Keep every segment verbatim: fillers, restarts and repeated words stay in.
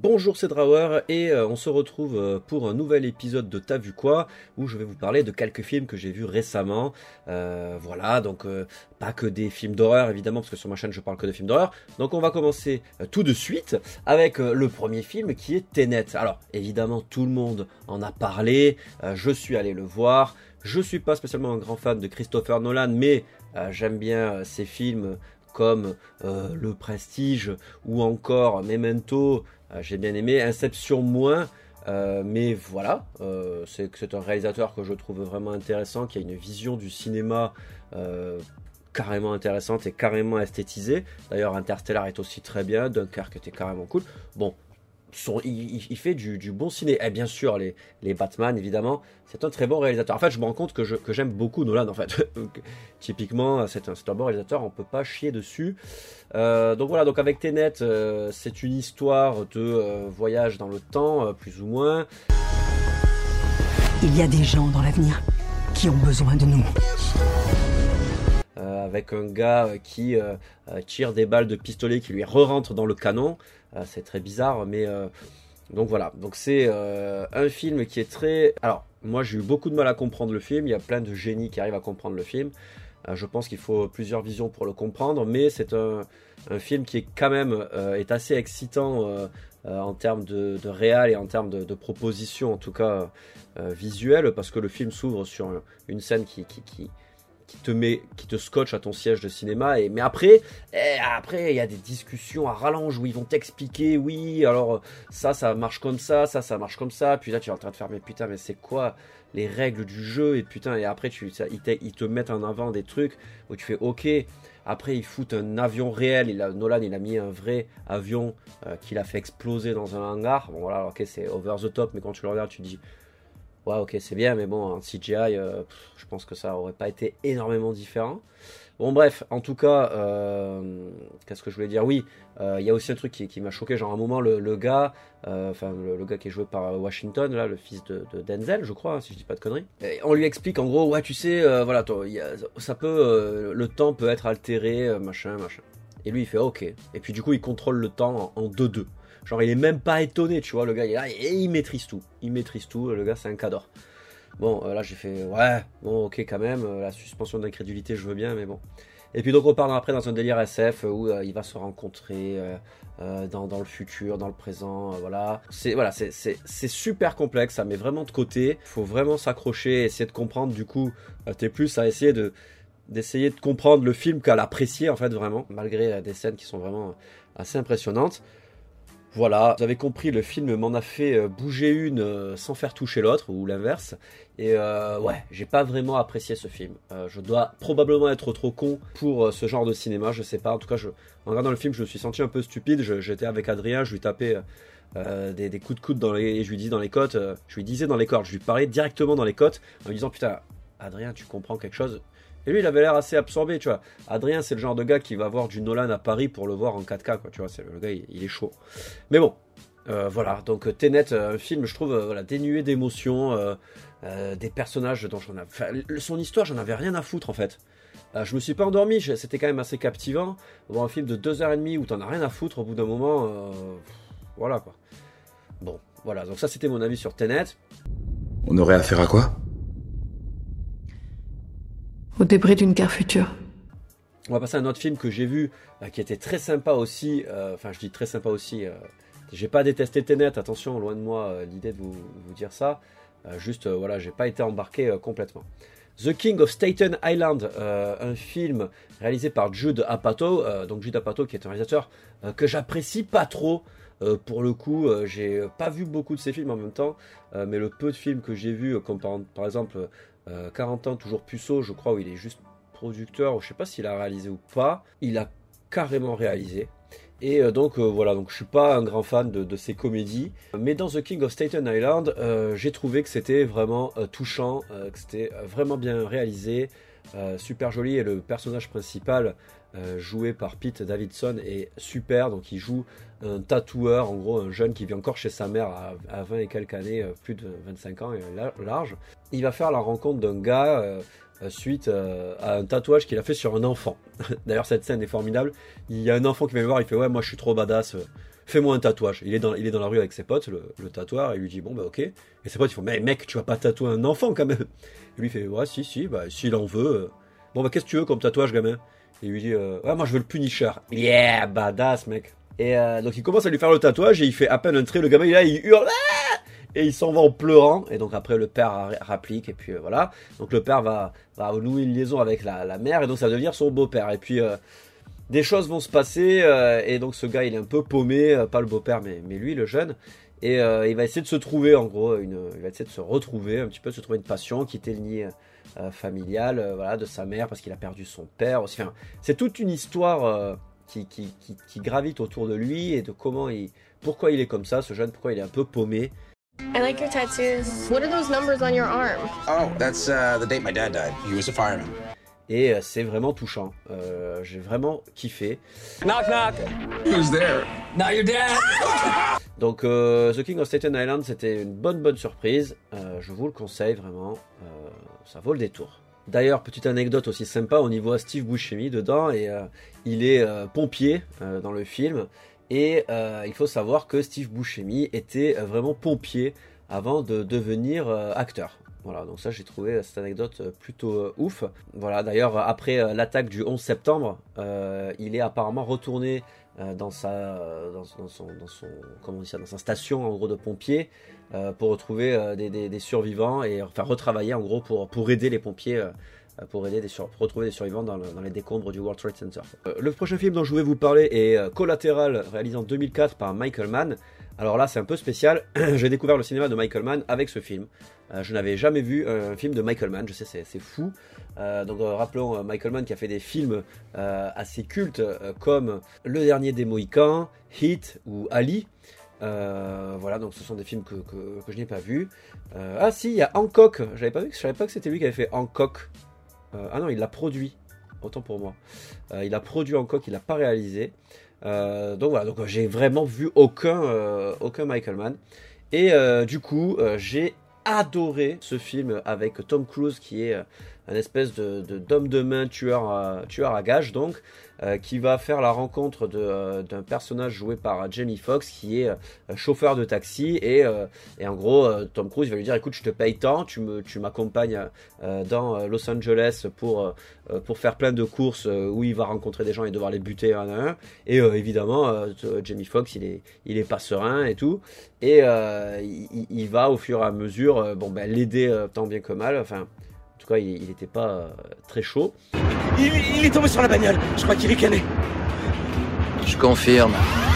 Bonjour, c'est Drawer et euh, on se retrouve euh, pour un nouvel épisode de T'as vu quoi, où je vais vous parler de quelques films que j'ai vus récemment. Euh, voilà, donc euh, pas que des films d'horreur évidemment, parce que sur ma chaîne je parle que de films d'horreur. Donc on va commencer euh, tout de suite avec euh, le premier film qui est Tenet. Alors évidemment tout le monde en a parlé, euh, je suis allé le voir. Je suis pas spécialement un grand fan de Christopher Nolan, mais euh, j'aime bien euh, ses films comme euh, Le Prestige ou encore Memento. Euh, j'ai bien aimé, Inception moins, euh, mais voilà, euh, c'est que c'est un réalisateur que je trouve vraiment intéressant, qui a une vision du cinéma euh, carrément intéressante et carrément esthétisée. D'ailleurs Interstellar est aussi très bien, Dunkerque était carrément cool. Bon, son, il, il fait du, du bon ciné. Et bien sûr, les, les Batman, évidemment, c'est un très bon réalisateur. En fait, je me rends compte que, je, que j'aime beaucoup Nolan, en fait. Donc, typiquement, c'est un, c'est un bon réalisateur, on peut pas chier dessus. Euh, donc voilà, donc avec Tenet, euh, c'est une histoire de euh, voyage dans le temps, euh, plus ou moins. Il y a des gens dans l'avenir qui ont besoin de nous. Euh, avec un gars euh, qui euh, euh, tire des balles de pistolet qui lui re-rentrent dans le canon. Euh, c'est très bizarre, mais euh, donc voilà. Donc c'est euh, un film qui est très... Alors, moi j'ai eu beaucoup de mal à comprendre le film. Il y a plein de génies qui arrivent à comprendre le film. Euh, je pense qu'il faut plusieurs visions pour le comprendre, mais c'est un, un film qui est quand même euh, est assez excitant euh, euh, en termes de, de réal et en termes de, de proposition, en tout cas euh, visuelle, parce que le film s'ouvre sur un, une scène qui... qui, qui qui te met, qui te scotche à ton siège de cinéma. Et mais après, eh, après il y a des discussions à rallonge où ils vont t'expliquer, oui, alors ça, ça marche comme ça, ça, ça marche comme ça. Puis là, tu es en train de faire, mais putain, mais c'est quoi les règles du jeu? Et putain, et après, tu, ça, ils, te, ils te mettent en avant des trucs où tu fais, ok. Après, ils foutent un avion réel. Il a, Nolan, il a mis un vrai avion euh, qu'il a fait exploser dans un hangar. Bon, voilà, ok, c'est over the top, mais quand tu le regardes, tu te dis, ouais, ok, c'est bien, mais bon, en C G I, euh, je pense que ça aurait pas été énormément différent. Bon, bref, en tout cas, euh, qu'est-ce que je voulais dire? Oui, il euh, y a aussi un truc qui, qui m'a choqué, genre à un moment, le, le gars, enfin, euh, le, le gars qui est joué par Washington, là, le fils de, de Denzel, je crois, hein, si je dis pas de conneries. Et on lui explique, en gros, ouais, tu sais, euh, voilà, toi, y a, ça peut, euh, le temps peut être altéré, euh, machin, machin. Et lui, il fait, ok. Et puis, du coup, il contrôle le temps en deux deux. Genre, il est même pas étonné, tu vois, le gars, il est là, et il maîtrise tout. Il maîtrise tout, le gars, c'est un cadre. Bon, euh, là, j'ai fait, ouais, bon, ok, quand même, euh, la suspension d'incrédulité, je veux bien, mais bon. Et puis, donc, on part après dans un délire S F où euh, il va se rencontrer euh, euh, dans, dans le futur, dans le présent, euh, voilà. C'est voilà, c'est, c'est, c'est super complexe, ça met vraiment de côté. Il faut vraiment s'accrocher, essayer de comprendre, du coup, euh, t'es plus à essayer de... d'essayer de comprendre le film qu'à l'apprécier, en fait, vraiment, malgré euh, des scènes qui sont vraiment assez impressionnantes. Voilà, vous avez compris, le film m'en a fait bouger une euh, sans faire toucher l'autre, ou l'inverse. Et euh, ouais, j'ai pas vraiment apprécié ce film. Euh, je dois probablement être trop con pour euh, ce genre de cinéma, je sais pas. En tout cas, je, en regardant le film, je me suis senti un peu stupide. Je, j'étais avec Adrien, je lui tapais euh, des, des coups de coude dans les, et je lui disais dans les côtes, euh, je lui disais dans les cordes, je lui parlais directement dans les côtes, en lui disant, putain, Adrien, tu comprends quelque chose? Et lui, il avait l'air assez absorbé, tu vois. Adrien, c'est le genre de gars qui va voir du Nolan à Paris pour le voir en quatre K, quoi, tu vois. C'est, le gars, il, il est chaud. Mais bon, euh, voilà. Donc, Tenet, un film, je trouve, euh, voilà, dénué d'émotions, euh, euh, des personnages dont j'en avais... Enfin, son histoire, j'en avais rien à foutre, en fait. Euh, je me suis pas endormi, c'était quand même assez captivant. Voir un film de deux heures trente où t'en as rien à foutre, au bout d'un moment, euh, voilà, quoi. Bon, voilà. Donc ça, c'était mon avis sur Tenet. On aurait affaire à quoi ? Au débris d'une guerre future. On va passer à un autre film que j'ai vu, euh, qui était très sympa aussi. Euh, enfin, je dis très sympa aussi. Euh, j'ai pas détesté Tenet, attention, loin de moi euh, l'idée de vous, vous dire ça. Euh, juste, euh, voilà, j'ai pas été embarqué euh, complètement. The King of Staten Island, euh, un film réalisé par Judd Apatow. Euh, donc Judd Apatow, qui est un réalisateur euh, que j'apprécie pas trop. Euh, pour le coup, euh, j'ai pas vu beaucoup de ses films en même temps, euh, mais le peu de films que j'ai vus, comme par, par exemple euh, quarante ans, toujours puceau, je crois, où il est juste producteur, je sais pas s'il a réalisé ou pas, il a carrément réalisé. Et euh, donc euh, voilà, donc je suis pas un grand fan de, de ces comédies, mais dans The King of Staten Island, euh, j'ai trouvé que c'était vraiment euh, touchant, euh, que c'était vraiment bien réalisé, euh, super joli, et le personnage principal, euh, joué par Pete Davidson, est super. Donc il joue un tatoueur, en gros un jeune qui vit encore chez sa mère à, à vingt et quelques années, euh, plus de vingt-cinq ans et large. Il va faire la rencontre d'un gars euh, suite euh, à un tatouage qu'il a fait sur un enfant. D'ailleurs cette scène est formidable. Il y a un enfant qui vient me voir, il fait ouais moi je suis trop badass, fais-moi un tatouage. Il est dans, il est dans la rue avec ses potes, le, le tatoueur, et il lui dit, bon, bah ok. Et ses potes, ils font, mais mec, tu vas pas tatouer un enfant quand même. Et lui, il fait, ouais, si, si, bah, s'il en veut. Euh... Bon, bah, qu'est-ce que tu veux comme tatouage, gamin? Et il lui dit, euh, ouais, moi, je veux le Punisher. Yeah, badass, mec. Et euh, donc, il commence à lui faire le tatouage, et il fait à peine un trait, le gamin, il, là, il hurle, ah et il s'en va en pleurant. Et donc, après, le père rapplique, et puis euh, voilà. Donc, le père va, va nouer une liaison avec la, la mère, et donc, ça va devenir son beau-père. Et puis, euh, des choses vont se passer, euh, et donc, ce gars, il est un peu paumé, euh, pas le beau-père, mais, mais lui, le jeune. Et euh, il va essayer de se trouver, en gros, une, il va essayer de se retrouver, un petit peu, de se trouver une passion, quitter le nid euh, familial, euh, voilà, de sa mère, parce qu'il a perdu son père aussi. Enfin, c'est toute une histoire euh, qui, qui, qui, qui gravite autour de lui, et de comment il, pourquoi il est comme ça, ce jeune, pourquoi il est un peu paumé. I like your tattoos. What are those numbers on your arm? Oh, that's uh, the date my dad died. He was a fireman. Et euh, c'est vraiment touchant. Euh, j'ai vraiment kiffé. Knock knock. Who's there? Not your dad. Donc euh, The King of Staten Island, c'était une bonne bonne surprise. Euh, je vous le conseille vraiment. Euh, ça vaut le détour. D'ailleurs, petite anecdote aussi sympa, on y voit Steve Buscemi dedans, et euh, il est euh, pompier euh, dans le film. Et euh, il faut savoir que Steve Buscemi était euh, vraiment pompier avant de devenir euh, acteur. Voilà, donc ça, j'ai trouvé cette anecdote plutôt euh, ouf. Voilà, d'ailleurs, après euh, l'attaque du onze septembre, euh, il est apparemment retourné euh, dans sa, dans, dans son, dans son, comment on dit ça, dans sa station en gros de pompiers euh, pour retrouver euh, des, des, des survivants et enfin retravailler en gros pour pour aider les pompiers. Euh, pour aider des sur... pour retrouver des survivants dans, le... dans les décombres du World Trade Center. Euh, le prochain film dont je voulais vous parler est euh, Collateral, réalisé en deux mille quatre par Michael Mann. Alors là, c'est un peu spécial. J'ai découvert le cinéma de Michael Mann avec ce film. Euh, je n'avais jamais vu un film de Michael Mann, je sais, c'est, c'est fou. Euh, donc euh, rappelons euh, Michael Mann qui a fait des films euh, assez cultes euh, comme Le Dernier des Mohicans, Heat ou Ali. Euh, voilà, donc ce sont des films que, que, que je n'ai pas vus. Euh, ah si, il y a Hancock. J'avais pas vu, je savais pas que c'était lui qui avait fait Hancock. Euh, ah non, il l'a produit, autant pour moi. Euh, il a produit Hancock, il l'a pas réalisé. Euh, donc voilà, donc j'ai vraiment vu aucun, euh, aucun Michael Mann. Et euh, du coup, euh, j'ai adoré ce film avec Tom Cruise, qui est euh, un espèce de, de d'homme de main tueur à, tueur à gages, donc euh, qui va faire la rencontre de, euh, d'un personnage joué par Jamie Foxx, qui est euh, chauffeur de taxi, et, euh, et en gros euh, Tom Cruise va lui dire, écoute, je te paye tant, tu, me, tu m'accompagnes euh, dans euh, Los Angeles pour, euh, pour faire plein de courses euh, où il va rencontrer des gens et devoir les buter un à un, et euh, évidemment euh, Jamie Foxx il est, il est pas serein et tout, et euh, il, il va au fur et à mesure euh, bon, ben, l'aider euh, tant bien que mal, enfin en tout cas, il n'était pas euh, très chaud. Il, il est tombé sur la bagnole. Je crois qu'il est calé. Je confirme.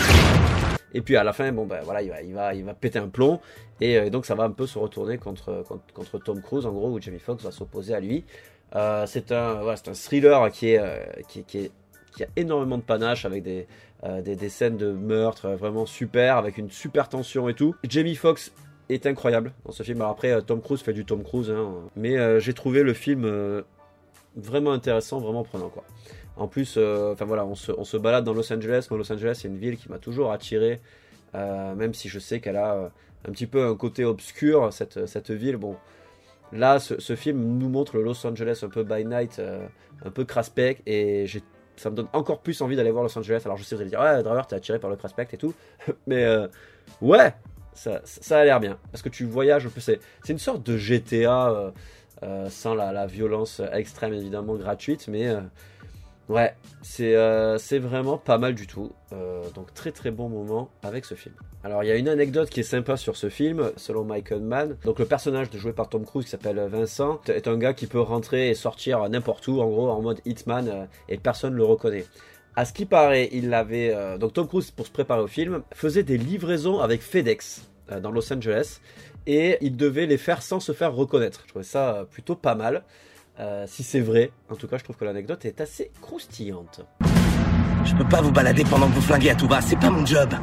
Et puis à la fin, bon ben voilà, il va, il va, il va péter un plomb. Et euh, donc ça va un peu se retourner contre, contre, contre Tom Cruise, en gros, où Jamie Foxx va s'opposer à lui. Euh, c'est un, voilà, c'est un thriller qui est, euh, qui, qui est, qui a énormément de panache, avec des, euh, des, des scènes de meurtre vraiment super, avec une super tension et tout. Jamie Foxx est incroyable dans ce film. Alors après, euh, Tom Cruise fait du Tom Cruise, hein, mais euh, j'ai trouvé le film euh, vraiment intéressant, vraiment prenant, quoi. En plus, enfin euh, voilà, on se, on se balade dans Los Angeles. Moi, Los Angeles, c'est une ville qui m'a toujours attiré, euh, même si je sais qu'elle a euh, un petit peu un côté obscur, cette, cette ville. Bon, là, ce, ce film nous montre le Los Angeles un peu by night, euh, un peu craspec, et j'ai, ça me donne encore plus envie d'aller voir Los Angeles. Alors je sais, vous allez dire, ouais, Driver, t'es attiré par le craspec et tout, mais euh, ouais. Ça, ça a l'air bien, parce que tu voyages un peu, c'est, c'est une sorte de G T A euh, euh, sans la, la violence extrême évidemment gratuite, mais euh, ouais, c'est, euh, c'est vraiment pas mal du tout, euh, donc très très bon moment avec ce film. Alors il y a une anecdote qui est sympa sur ce film, selon Michael Mann. Donc le personnage de joué par Tom Cruise qui s'appelle Vincent est un gars qui peut rentrer et sortir n'importe où, en gros en mode Hitman, euh, et personne ne le reconnaît. À ce qui paraît, il avait euh, donc Tom Cruise, pour se préparer au film, faisait des livraisons avec FedEx euh, dans Los Angeles, et il devait les faire sans se faire reconnaître. Je trouvais ça euh, plutôt pas mal, euh, si c'est vrai. En tout cas, je trouve que l'anecdote est assez croustillante. Je peux pas vous balader pendant que vous flinguez à tout va, c'est pas mon job.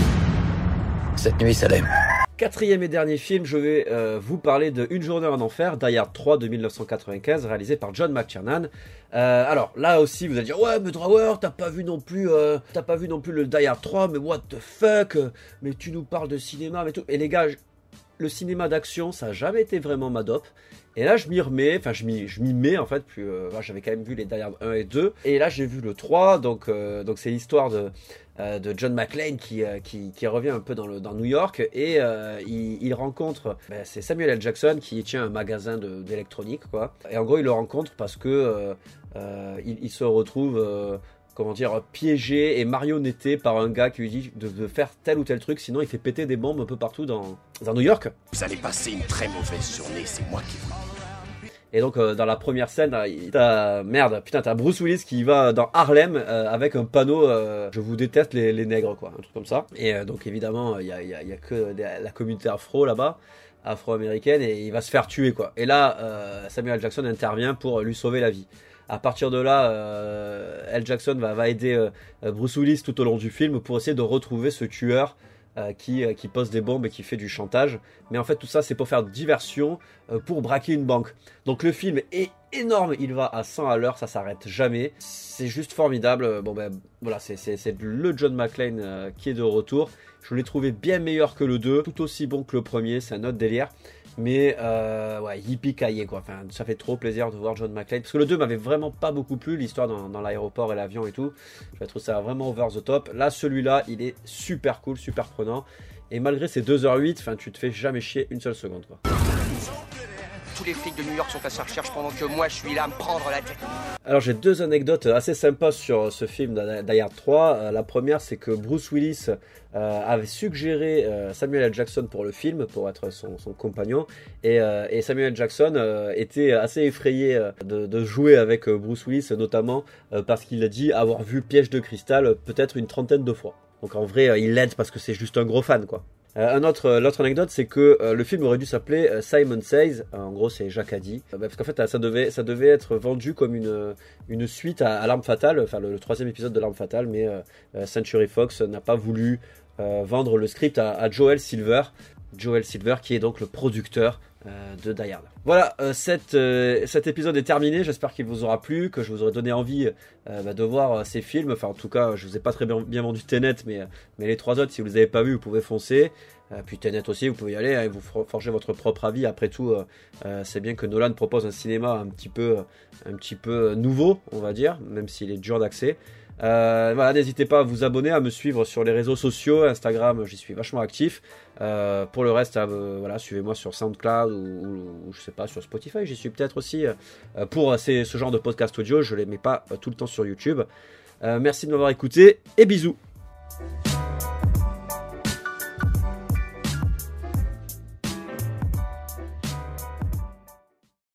Cette nuit, ça l'aime. Quatrième et dernier film, je vais euh, vous parler de Une journée en enfer, Die Hard trois de dix-neuf cent quatre-vingt-quinze, réalisé par John McTiernan. Euh, alors là aussi, vous allez dire, ouais, mais Drawer, t'as pas vu non plus, euh, t'as pas vu non plus le Die Hard trois, mais what the fuck, mais tu nous parles de cinéma, mais tout. Et les gars, le cinéma d'action, ça a jamais été vraiment ma dope. Et là, je m'y remets, enfin, je m'y, je m'y mets en fait. Puis, euh, j'avais quand même vu les Die Hard un et deux, et là, j'ai vu le trois. Donc, euh, donc c'est l'histoire de euh, de John McClane qui, euh, qui, qui revient un peu dans, le, dans New York et euh, il, il rencontre, ben, c'est Samuel L. Jackson qui tient un magasin de, d'électronique, quoi. Et en gros, il le rencontre parce que euh, euh, il, il se retrouve... Euh, comment dire, piégé et marionnetté par un gars qui lui dit de, de faire tel ou tel truc, sinon il fait péter des bombes un peu partout dans, dans New York. Vous allez passer une très mauvaise journée, c'est moi qui vous... Et donc euh, dans la première scène, t'as, merde, putain, t'as Bruce Willis qui va dans Harlem euh, avec un panneau euh, je vous déteste les, les nègres, quoi, un truc comme ça. Et euh, donc évidemment, il y a, y a, y a que des, la communauté afro là-bas, afro-américaine, et il va se faire tuer, quoi. Et là, euh, Samuel L. Jackson intervient pour lui sauver la vie. À partir de là, euh, L. Jackson va, va aider euh, Bruce Willis tout au long du film pour essayer de retrouver ce tueur euh, qui, euh, qui pose des bombes et qui fait du chantage. Mais en fait, tout ça, c'est pour faire diversion, euh, pour braquer une banque. Donc le film est énorme, il va à cent à l'heure, ça s'arrête jamais. C'est juste formidable. Bon ben voilà, c'est, c'est, c'est le John McClane euh, qui est de retour. Je l'ai trouvé bien meilleur que le deux, tout aussi bon que le premier, c'est un autre délire. Mais euh, ouais, yippee-ki-yay, quoi. Enfin, ça fait trop plaisir de voir John McClane. Parce que le deux m'avait vraiment pas beaucoup plu, l'histoire dans, dans l'aéroport et l'avion et tout. Je trouve ça vraiment over the top. Là, celui-là, il est super cool, super prenant. Et malgré ses deux heures huit, enfin, tu te fais jamais chier une seule seconde, quoi. Tous les flics de New York sont à sa recherche pendant que moi je suis là à me prendre la tête. Alors j'ai deux anecdotes assez sympas sur ce film Die Hard trois. La première, c'est que Bruce Willis euh, avait suggéré euh, Samuel L. Jackson pour le film, pour être son, son compagnon. Et, euh, et Samuel L. Jackson euh, était assez effrayé euh, de, de jouer avec euh, Bruce Willis, notamment euh, parce qu'il a dit avoir vu Piège de cristal euh, peut-être une trentaine de fois. Donc en vrai, euh, il l'aide parce que c'est juste un gros fan, quoi. Euh, un autre, euh, l'autre anecdote, c'est que euh, le film aurait dû s'appeler euh, Simon Says. Euh, en gros, c'est Jacques a dit. Euh, bah, parce qu'en fait, ça devait, ça devait être vendu comme une, une suite à, à L'Arme Fatale, enfin le, le troisième épisode de L'Arme Fatale, mais euh, euh, Century Fox n'a pas voulu euh, vendre le script à, à Joel Silver. Joel Silver, qui est donc le producteur euh, de Die Hard. Voilà, euh, cette, euh, cet épisode est terminé. J'espère qu'il vous aura plu, que je vous aurai donné envie euh, bah, de voir euh, ces films. Enfin, en tout cas, je vous ai pas très bien, bien vendu Tenet, mais, mais les trois autres, si vous les avez pas vus, vous pouvez foncer. Euh, puis Tenet aussi, vous pouvez y aller hein, et vous forger votre propre avis. Après tout, euh, euh, c'est bien que Nolan propose un cinéma un petit peu, un petit peu nouveau, on va dire, même s'il est dur d'accès. Euh, voilà, n'hésitez pas à vous abonner, à me suivre sur les réseaux sociaux, Instagram, j'y suis vachement actif. Euh, pour le reste, euh, voilà, suivez-moi sur SoundCloud ou, ou, ou je sais pas, sur Spotify, j'y suis peut-être aussi. Euh, pour ces, ce genre de podcast audio, je les mets pas euh, tout le temps sur YouTube. Euh, merci de m'avoir écouté et bisous.